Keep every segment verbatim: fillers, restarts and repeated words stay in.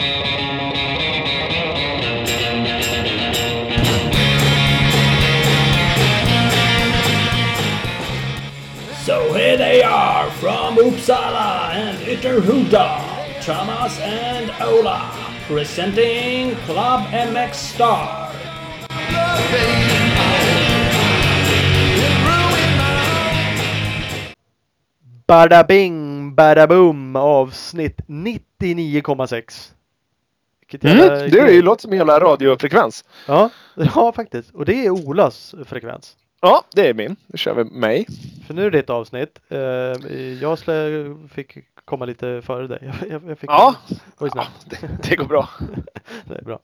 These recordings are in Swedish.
So here they are from Uppsala and Ytterhuda, Thomas and Ola, presenting Club M X Star. Bada bing, bada boom, avsnitt nittionio komma sex. Mm, det är ju låter som hela radiofrekvens. Ja, ja, faktiskt. Och det är Olas frekvens. Ja, det är min. Nu kör vi mig. För nu är det ett avsnitt. Uh, jag slä, fick komma lite före dig. Jag, jag, jag fick ja, ja det, det går bra. Det är bra.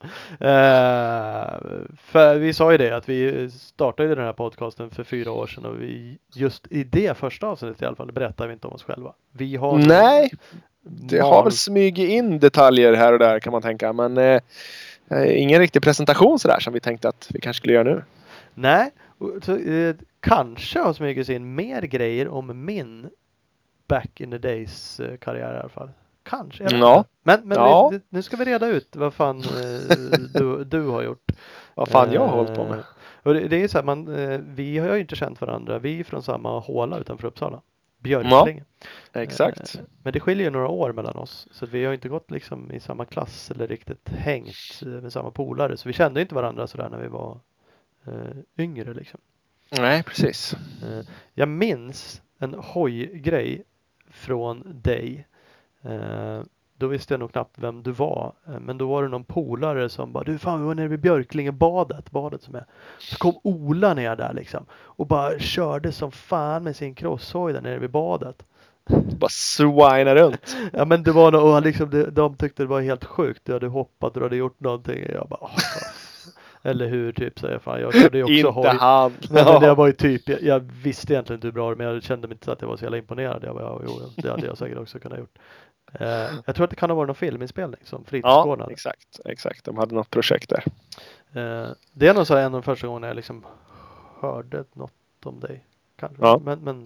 Uh, för vi sa ju det att vi startade den här podcasten för fyra år sedan. Och vi, just i det första avsnittet i alla fall, berättar vi inte om oss själva. Vi har Nej, det mal- har väl smugit in detaljer här och där kan man tänka. Men eh, ingen riktig presentation sådär som vi tänkte att vi kanske skulle göra nu. Nej. Så, eh, kanske har smugits in mer grejer om min back in the days eh, karriär i alla fall. Kanske. Ja. Men, men ja. vi, nu ska vi reda ut vad fan eh, du, du har gjort. Vad fan jag har hållit på med. Eh, och det, det är så här, man, eh, vi har ju inte känt varandra. Vi är från samma håla utanför Uppsala. Björklinge. Ja, exakt. Eh, men det skiljer några år mellan oss. Så vi har inte gått liksom i samma klass eller riktigt hängt med samma polare. Så vi kände inte varandra sådär när vi var Uh, yngre liksom. Nej, precis. Uh, jag minns en hojgrej från dig. Uh, då visste jag nog knappt vem du var. Uh, men då var det någon polare som bara, du fan vi var nere vid Björklingebadet. Badet som är. Så kom Ola ner där liksom. Och bara körde som fan med sin crosshoj där nere vid badet. Bara swina runt. Ja men det var nog, och liksom, de, de tyckte det var helt sjukt. Du hade hoppat och du hade gjort någonting. Jag bara, oh, eller hur, typ säger jag, fan jag körde ju också inte hoj. han. Men, men jag var ju typ, jag, jag visste egentligen inte hur bra, men jag kände mig inte att jag var så jävla imponerad. Jag bara, ja, jo, det hade jag säkert också kunnat gjort. Eh, jag tror att det kan ha varit någon filminspelning som fritidsgården. Ja, exakt, exakt. De hade något projekt där. Eh, det är nog så här en av de första gångerna jag liksom hörde något om dig. Kanske. Ja. Men, men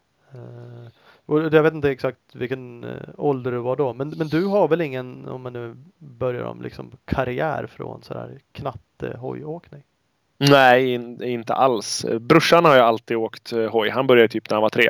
eh, och jag vet inte exakt vilken eh, ålder du var då. Men, men du har väl ingen, om man nu börjar om liksom karriär från sådär knatte hojåkning? Nej, in, inte alls. Brorsan har ju alltid åkt hoj. Han började typ när han var tre.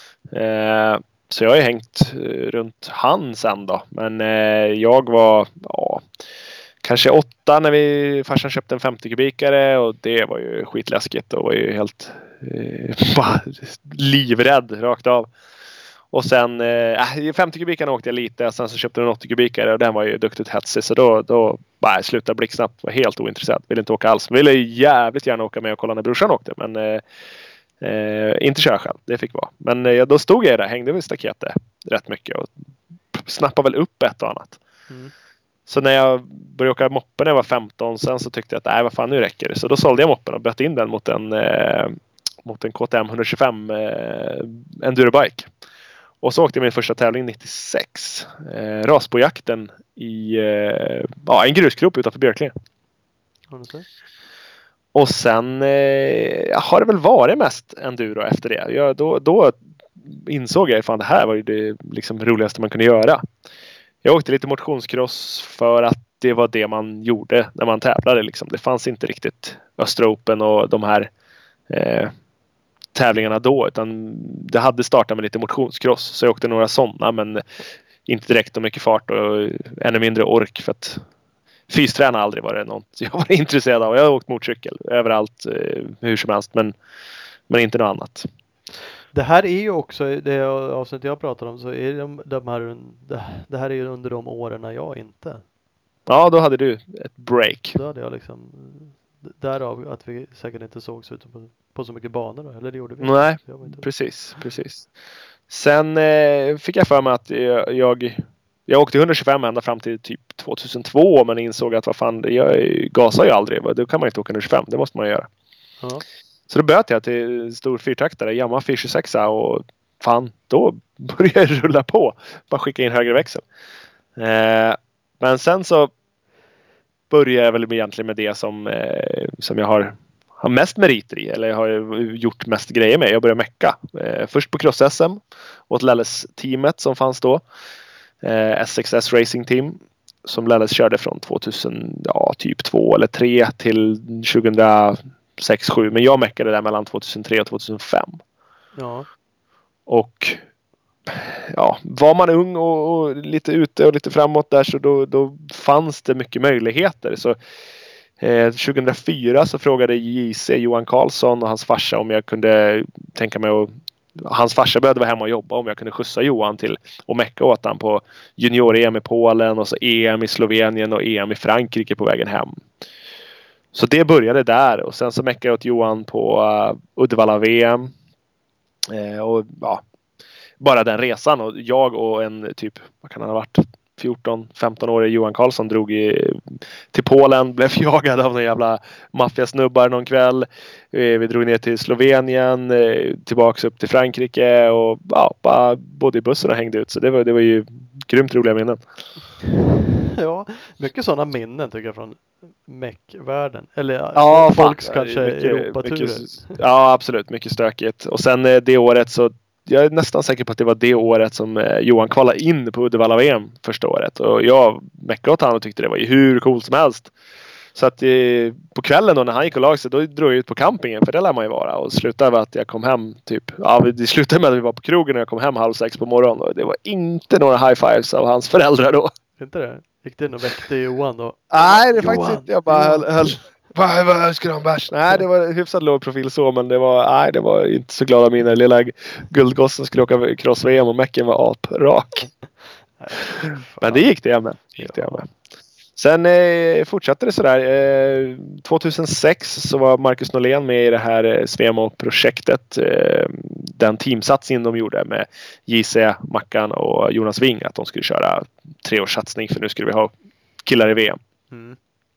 Eh, så jag har ju hängt runt han sen då. Men eh, jag var ja, kanske åtta när vi farsan köpte en femtio kubikare. Och det var ju skitläskigt. Och var ju helt eh, bara livrädd rakt av. Och sen eh, femtio kubikarna åkte jag lite. Sen så köpte jag en åttio kubikare. Och den var ju duktigt hetsig. Så då, då bara slutade blixtsnabbt. Var helt ointresserad. Ville inte åka alls. Ville jävligt gärna åka med och kolla när brorsan åkte. Men eh, eh, inte köra själv. Det fick vara. Men eh, då stod jag där. Hängde vid staketet rätt mycket. Och snappade väl upp ett och annat. Mm. Så när jag började åka moppen när jag var femton. Sen så tyckte jag att nej vad fan nu räcker det. Så då sålde jag moppen och bytte in den mot en, eh, mot en K T M etthundratjugofem eh, endurobike. Och så åkte jag min första tävling nittiosex. Eh, Rasbojakten i eh, ja, en grusgrop utanför Björklinge. Okay. Och sen eh, har det väl varit mest enduro efter det. Jag, då, då insåg jag att det här var ju det liksom roligaste man kunde göra. Jag åkte lite motionscross för att det var det man gjorde när man tävlade. Liksom. Det fanns inte riktigt Östra Open och de här eh, tävlingarna då, utan det hade startat med lite motionscross, så jag åkte några sådana, men inte direkt och mycket fart och ännu mindre ork, för att fysträna aldrig var det något jag var intresserad av. Jag har åkt motorcykel överallt, hur som helst, men, men inte något annat. Det här är ju också, det avsnitt jag pratar om, så är de, de här, det här är ju under de åren när jag inte. Ja, då hade du ett break. Då hade jag liksom, därav att vi säkert inte sågs ute på, på så mycket banor då, eller det gjorde vi. Nej, precis, precis. Sen eh, fick jag för mig att jag, jag, jag åkte etthundratjugofem ända fram till typ tvåtusentvå, men insåg att vad fan, jag gasar ju aldrig. Då kan man inte åka etthundratjugofem, det måste man göra. Ja. Så då böt jag till stor fyrtaktare, Yamaha fyra tjugosex, och fan, då började jag rulla på. Bara skicka in högre växel. Eh, men sen så började jag väl egentligen med det som, eh, som jag har, har mest meriter i. Eller har gjort mest grejer med. Jag började mecka. Eh, först på Cross-S M åt Lelles-teamet som fanns då. Eh, S X S Racing Team. som Lelles körde från tvåtusen, ja, typ två eller tre till tjugohundrasex sju. Men jag meckade där mellan tvåtusentre och tvåtusenfem. Ja. Och ja, var man ung och, och lite ute och lite framåt där, så då, då fanns det mycket möjligheter. Så eh, tjugohundrafyra så frågade J C Johan Karlsson och hans farsa om jag kunde tänka mig att, hans farsa behövde vara hemma och jobba, om jag kunde skjutsa Johan till och mecka åt han på junior-E M i Polen och så E M i Slovenien och E M i Frankrike på vägen hem. Så det började där, och sen så meckade jag åt Johan på uh, Uddevalla V M. Eh, och ja, bara den resan, och jag och en typ, vad kan han ha varit, fjorton femton årig Johan Karlsson drog i, till Polen, blev jagad av några jävla maffiasnubbar någon kväll. Vi drog ner till Slovenien, tillbaks upp till Frankrike och ja, bara bodde i bussen och hängde ut. Så det var, det var ju grymt roliga minnen. Ja, mycket sådana minnen tycker jag från Meck-världen. Eller ja, folks fan, kanske mycket, Europaturer. mycket, ja, absolut. Mycket stökigt. Och sen det året så jag är nästan säker på att det var det året som Johan kvalade in på Uddevalla V M första året. Och jag meckade åt han och tyckte det var ju hur coolt som helst. Så att eh, på kvällen då när han gick och lag sig, då drog jag ut på campingen, för det lär man ju vara. Och slutade med att jag kom hem typ, ja det slutade med att vi var på krogen och jag kom hem halv sex på morgonen. Och det var inte några high fives av hans föräldrar då. Inte det? Gick det in och väckte Johan då? Nej, det är Johan, faktiskt inte. Jag bara höll, höll Vad, vad ska du ha en bärs? Nej, det var hyfsat låg profil så, men det var, nej, det var inte så glada mina. Lilla guldgossen skulle åka cross-V M och Mecken var aprak. Men det gick det jag med. Gick det jag med. Sen eh, fortsatte det sådär. Eh, tjugohundrasex så var Marcus Norlén med i det här eh, Svemo-projektet. Eh, den teamsatsningen de gjorde med J C, Mackan och Jonas Wing. Att de skulle köra treårssatsning, för nu skulle vi ha killar i V M. Mm.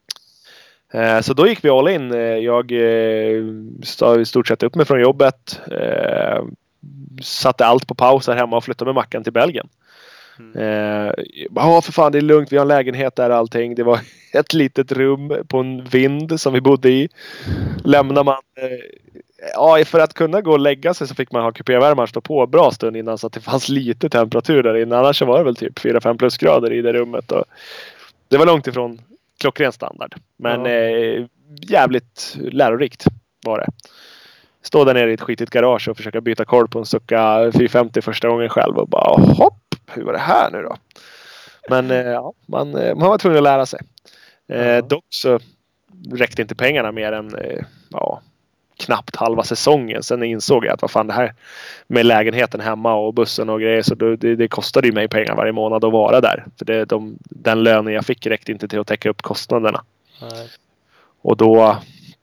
Eh, så då gick vi all in. Eh, jag eh, stod i stort sett upp mig från jobbet. Eh, satte allt på paus här hemma och flyttade med Mackan till Belgien. Mm. Eh, ja, för fan, det är lugnt. Vi har en lägenhet där och allting. Det var ett litet rum på en vind som vi bodde i. Lämnar man... Eh, ja, för att kunna gå och lägga sig så fick man ha kupévärmaren stå på bra stund innan, så att det fanns lite temperatur där inne. Annars var det väl typ fyra fem plusgrader i det rummet. Och det var långt ifrån klockren standard. Men ja. eh, jävligt lärorikt var det. Stå där nere i ett skitigt garage och försöka byta koll på en Succa fyrahundrafemtio första gången själv. Och bara hopp, hur var det här nu då? Men eh, ja, man, man var tvungen att lära sig. Eh, ja. Dock så räckte inte pengarna mer än eh, ja, knappt halva säsongen. Sen insåg jag att vad fan det här med lägenheten hemma och bussen och grejer, så då, det, det kostade ju mig pengar varje månad att vara där. För det, de, den lönen jag fick räckte inte till att täcka upp kostnaderna. Nej. Och då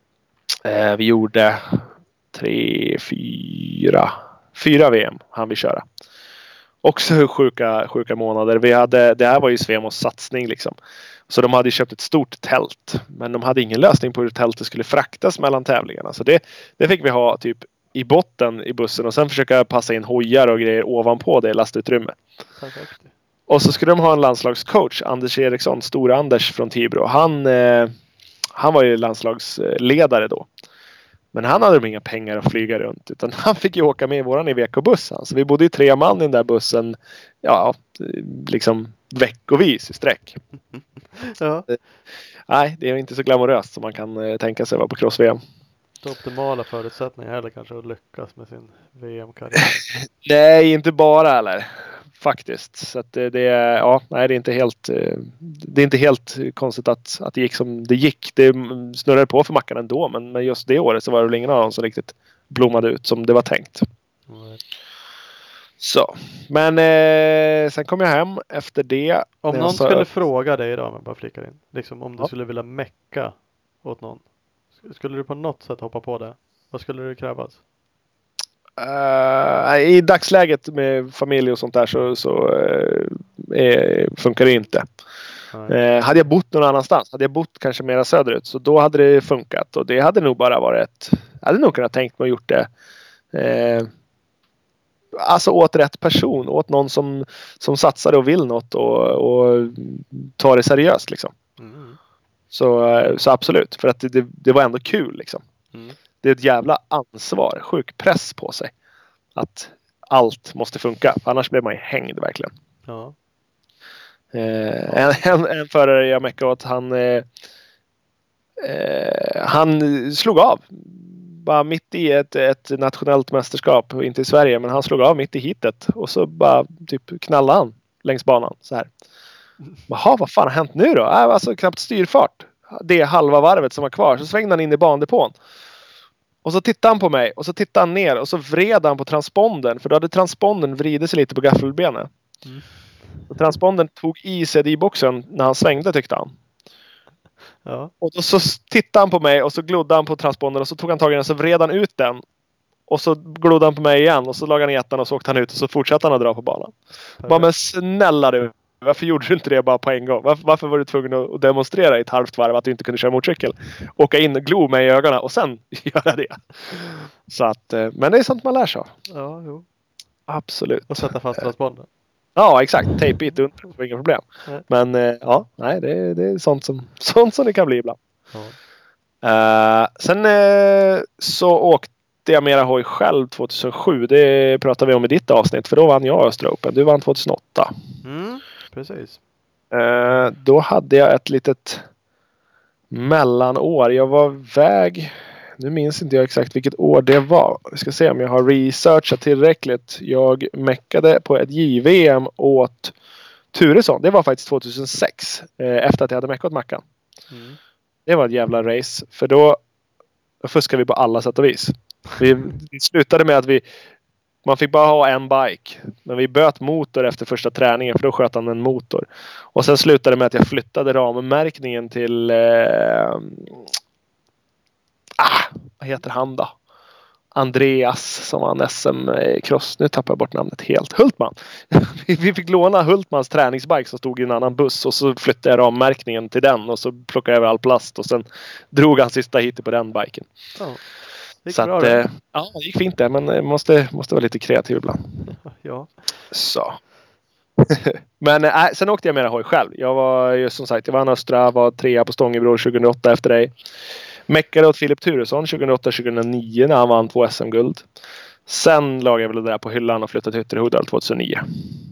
eh, vi gjorde tre, fyra, fyra V M han vi köra. Också sjuka, sjuka månader. Vi hade, det här var ju Svemos satsning liksom. Så de hade ju köpt ett stort tält. Men de hade ingen lösning på hur tältet skulle fraktas mellan tävlingarna. Så det, det fick vi ha typ i botten i bussen. Och sen försöka passa in hojar och grejer ovanpå det lastutrymme. Perfekt. Och så skulle de ha en landslagscoach, Anders Eriksson, stora Anders från Tibro. Han, eh, han var ju landslagsledare då. Men han hade de inga pengar att flyga runt, utan han fick ju åka med i våran Iveco-buss. Så vi bodde ju tre man i den där bussen, ja, liksom veckovis i sträck. Ja. Nej, det är inte så glamoröst som man kan eh, tänka sig vara på cross-V M. Det optimala förutsättningar heller kanske att lyckas med sin V M-karriär. Nej, inte bara eller. Faktiskt. Så att det, det är, ja, nej, det är inte helt, det är inte helt konstigt att, att det gick som det gick. Det snurrade på för Mackan ändå, men, men just det året så var det väl ingen av dem som riktigt blommade ut som det var tänkt. Mm. Så, men eh, sen kom jag hem efter det. Om någon så... skulle fråga dig idag, men bara flikar in, liksom om du Ja. skulle vilja mecka åt någon, skulle du på något sätt hoppa på det? Vad skulle det krävas? Uh, I dagsläget med familj och sånt där så, så uh, är, funkar det inte. Uh, hade jag bott någon annanstans, hade jag bott kanske mera söderut, så då hade det funkat. Och det hade nog bara varit, jag hade nog kunnat tänkt mig att gjort det uh, alltså åt rätt person, åt någon som, som satsar och vill något och, och tar det seriöst liksom. Mm. Så, så absolut, för att det, det var ändå kul liksom. Mm. Det är ett jävla ansvar, sjuk press på sig. Att allt måste funka, för annars blir man ju hängd verkligen. Ja. Eh, en, en, en förare jag meckade åt, han eh, eh, han slog av. Bara mitt i ett, ett nationellt mästerskap, inte i Sverige, men han slog av mitt i hitet och så bara typ knallade han längs banan så här. Jaha, vad fan har hänt nu då? Äh, alltså knappt styrfart. Det är halva varvet som var kvar. Så svängde han in i bandepån. Och så tittade han på mig. Och så tittade han ner. Och så vred han på transpondern. För då hade transpondern vridit sig lite på gaffelbenet. Mm. Och transpondern tog i C D I-boxen när han svängde, tyckte han. Ja. Och då så tittade han på mig. Och så glodde han på transpondern. Och så tog han tag i den. Och så vred han ut den. Och så glodde han på mig igen. Och så lagade han i ettan. Och så åkte han ut. Och så fortsatte han att dra på banan. Okay. Bara, men snälla du. Varför gjorde du inte det bara på en gång? Varför, varför var du tvungen att demonstrera i ett halvt varv att du inte kunde köra motorcykel? Åka in och glo mig i ögonen och sen göra det. Så att, men det är sånt man lär sig av. Ja, jo. Absolut. Och sätta fast transpondern. Ja, exakt. Tape it under. Det var inga problem. Nej. Men ja, nej, det, är, det är sånt som, sånt som det kan bli ibland. Ja. Uh, sen uh, så åkte jag mera hoj själv tjugohundrasju. Det pratade vi om i ditt avsnitt. För då vann jag Östra Open. Du vann tjugohundraåtta. Mm. Precis. Eh, då hade jag ett litet mellanår. Jag var väg. Nu minns inte jag exakt vilket år det var. Vi ska se om jag har researchat tillräckligt. Jag meckade på ett J V M åt Turesson. Det var faktiskt tjugohundrasex. Eh, efter att jag hade meckat åt Mackan. Mm. Det var ett jävla race. För då, då fuskade vi på alla sätt och vis. Vi, vi slutade med att vi Man fick bara ha en bike. Men vi böt motor efter första träningen. För då sköt han en motor. Och sen slutade det med att jag flyttade rammärkningen till... Eh, ah, vad heter han då? Andreas som var en S M-cross. Nu tappar jag bort namnet helt. Hultman. Vi fick låna Hultmans träningsbike som stod i en annan buss. Och så flyttade jag rammärkningen till den. Och så plockade jag över all plast. Och sen drog han sista hit på den biken. Oh. Så att, eh, ja, det gick fint det. Men man måste, måste vara lite kreativ ibland. Ja. Så. Men äh, sen åkte jag mera hoj själv. Jag var ju som sagt, jag vann Östra, var trea på Stångebro tjugohundraåtta efter dig. Meckade åt Filip Turesson tjugohundraåtta tjugohundranio när han vann två S M-guld. Sen lagade jag väl det där på hyllan och flyttade till Ytterhogdal tjugohundranio.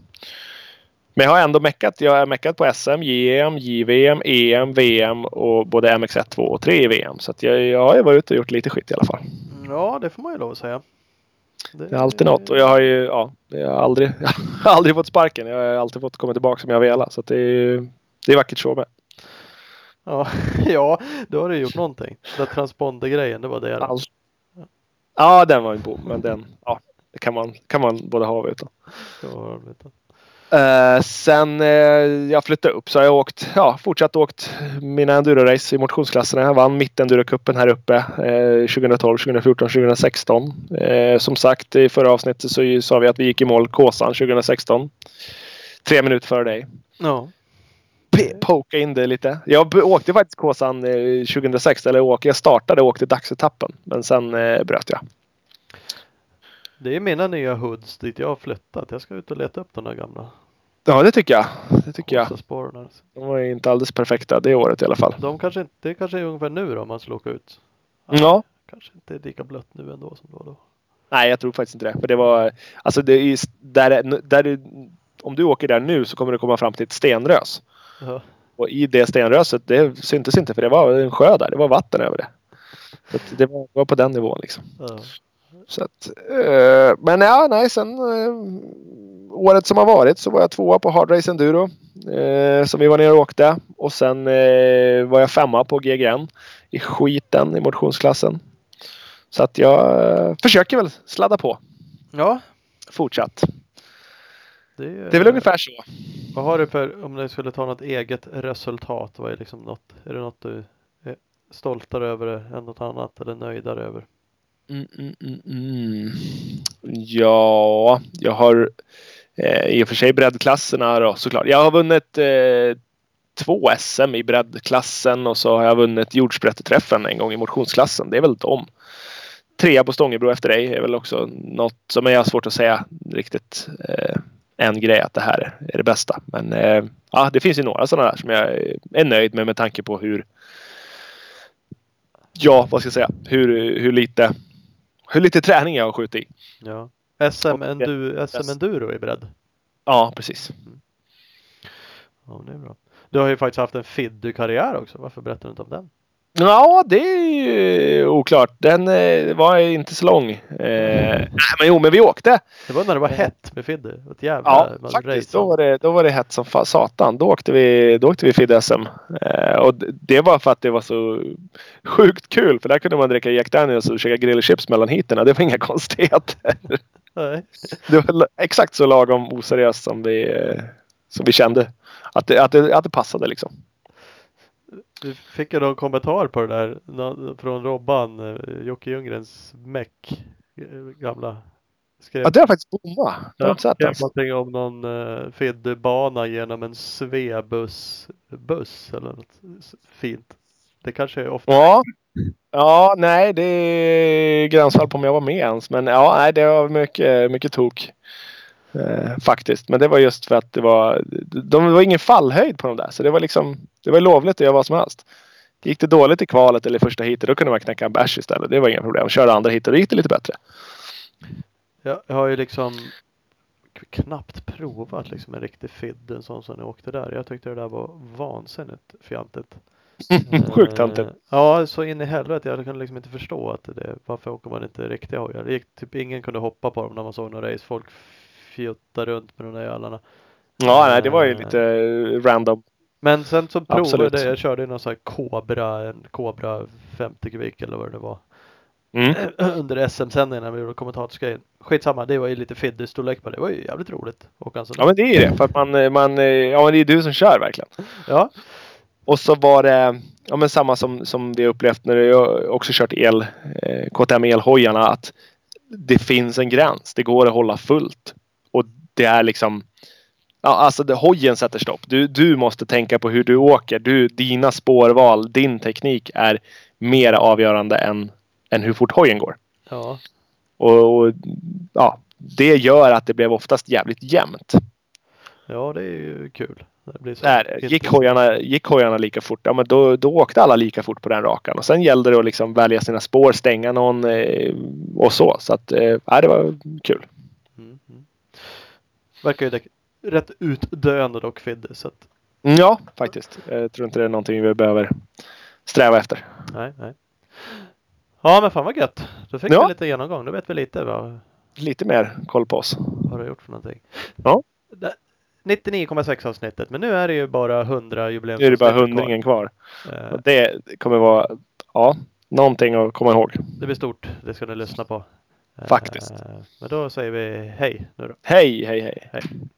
Men jag har ändå meckat. Jag har meckat på S M, J M, J V M, E M, V M och både M X ett, två och tre i V M. Så att jag, jag har varit ute och gjort lite skit i alla fall. Ja, det får man ju lov att säga. Det, det är alltid något. Och jag har ju ja, jag har aldrig, jag har aldrig fått sparken. Jag har alltid fått komma tillbaka som jag velat. Så att det, är, det är vackert så med. Ja, ja, då har du gjort någonting. Den transponder-grejen, det var det. All... Ja, den var en bom. Men den, ja, det kan man, kan man både ha och veta. Ja, veta. Uh, sen uh, jag flyttade upp så har jag åkt, ja, fortsatt åkt mina enduro-race i motionsklasserna. Jag vann mitt-enduro-cupen här uppe uh, tjugotolv, tjugofjorton, tjugosexton. Uh, som sagt, i förra avsnittet så sa vi att vi gick i mål Kåsan tjugosexton. Tre minuter före dig. Ja. P- poka in det lite. Jag åkte faktiskt Kåsan uh, tjugohundrasex, eller åk, jag startade och åkte dagsetappen. Men sen uh, bröt jag. Det är mina nya hoods dit jag har flyttat. Jag ska ut och leta upp de där gamla. Ja, det tycker jag. Det tycker jag. Alltså. De var inte alldeles perfekta det året i alla fall. De kanske inte, det kanske är ungefär nu då man ska åka ut. Ja. ja. Kanske inte är lika blött nu ändå som då. då. Nej, jag tror faktiskt inte det. För det var, alltså det är där, där det, om du åker där nu så kommer du komma fram till ett stenrös. Ja. Och i det stenröset, det syntes inte för det var en sjö där. Det var vatten över det. Så det var, var på den nivån liksom. Ja. Så att, eh, men ja, nej, sen eh, året som har varit så var jag tvåa på Hard Race Enduro eh, som vi var nere och åkte. Och sen eh, var jag femma på G G N i skiten i motionsklassen. Så att jag eh, försöker väl sladda på. Ja. Fortsatt. Det är, det är väl ungefär så. Vad har du för, om du skulle ta något eget resultat, vad är liksom något, är det något du är stoltare över än något annat eller nöjdare över? Mm, mm, mm, mm. Ja, jag har eh, i och för sig breddklasserna då, såklart. Jag har vunnit eh, två S M i breddklassen och så har jag vunnit jordsprätteträffen en gång i motionsklassen. Det är väl de. Trea på Stångebro efter dig är väl också något som är svårt att säga riktigt eh, en grej att det här är det bästa. Men eh, ja, det finns ju några sådana där som jag är nöjd med med tanke på hur ja, vad ska jag säga, hur, hur lite hur lite träning jag har skjutit i. Ja. S M Enduro, S M Enduro i bredd. Ja, precis. Ja, det är bra. Du har ju faktiskt haft en Fiddy-karriär också. Varför berättar du inte om den? Ja, det är ju oklart. Den eh, var inte så lång. Eh, nej, men jo, men vi åkte. Det var när det var hett med Fiddy. Ett jävla Ja, man faktiskt. raceade. Då var, det, då var det hett som fa- satan. Då åkte vi, då åkte vi Fiddy-S M. Eh, och d- det var för att det var så sjukt kul. För där kunde man dricka Jack Daniels och käka grillchips mellan heaterna. Det var inga konstigheter. Nej. Det var la- exakt så lagom oseriöst som vi, eh, som vi kände. Att det, att, det, att det passade liksom. Du fick ju någon kommentar på det där nå- från Robban, eh, Jocke Ljunggrens meck, eh, gamla. Skrev, Ja, det har faktiskt bomma. Det har jag inte sett skrev ens. någonting om någon uh, Fiddy-bana genom en Svebuss buss eller något s- fint. Det kanske är ofta. Ja. Ja, nej, det är gränsfall på om jag var med ens. Men ja, nej, det var mycket, mycket tok. Eh, faktiskt. Men det var just för att det var, de var ingen fallhöjd på de där. Så det var liksom, det var lovligt att göra vad som helst. Gick det dåligt i kvalet eller i första heatet, då kunde man knäcka en bash istället. Det var inga problem. Körde andra heatet, då gick det lite bättre. Jag, jag har ju liksom k- knappt provat liksom en riktig Fiddy, en sån som ni åkte där. Jag tyckte det där var vansinnigt fjantigt. Sjukt Eh, töntigt. Ja, så in i helvete. Jag kunde liksom inte förstå att det, varför åker man inte riktiga hojar? Det gick typ ingen kunde hoppa på dem när man såg några race. Folk fjuttade runt med de där jävlarna. Ja, nej, det var ju Eh, lite random. Men sen så provade Absolut. jag, jag körde någon sån här Cobra, en Cobra femtio kubik eller vad det var. Mm. Under S M-sändningen när vi gjorde kommentatorsgrejen. Skitsamma, det var ju lite Fiddy-storlek på det. Det var ju jävligt roligt. Och alltså, Ja, men det är ju det. För att man, man, ja, men det är du som kör verkligen. ja. Och så var det ja, men samma som, som vi upplevt när jag också kört el, eh, K T M elhojarna, att det finns en gräns. Det går att hålla fullt. Och det är liksom, ja, alltså det, hojen sätter stopp. Du, du måste tänka på hur du åker. Du, dina spårval, din teknik är mer avgörande än, än hur fort hojen går. Ja. Och, och ja, det gör att det blev oftast jävligt jämnt. Ja, det är ju kul. Det blir så Där, gick, hojarna, gick hojarna lika fort, ja men då, då åkte alla lika fort på den rakan. Och sen gällde det att liksom välja sina spår, stänga någon eh, och så. Så att, eh, ja, det var kul. Mm, mm. Verkar ju det, rätt utdöende dock Fiddy, så att Mm, ja, faktiskt. Jag tror inte det är någonting vi behöver sträva efter. nej, nej. Ja, men fan vad gött. Då fick Ja. vi lite genomgång. Då vet vi lite vad, Lite mer koll på oss. vad du har gjort för någonting. Ja. Det- nittionio komma sex avsnittet, men nu är det ju bara hundra jubileum. Nu är det bara hundringen kvar. Eh, Och det kommer vara, ja, någonting att komma ihåg. det blir stort. Det ska ni lyssna på. Eh, Faktiskt. Men då säger vi hej nu då. Hej, hej, hej. Hej.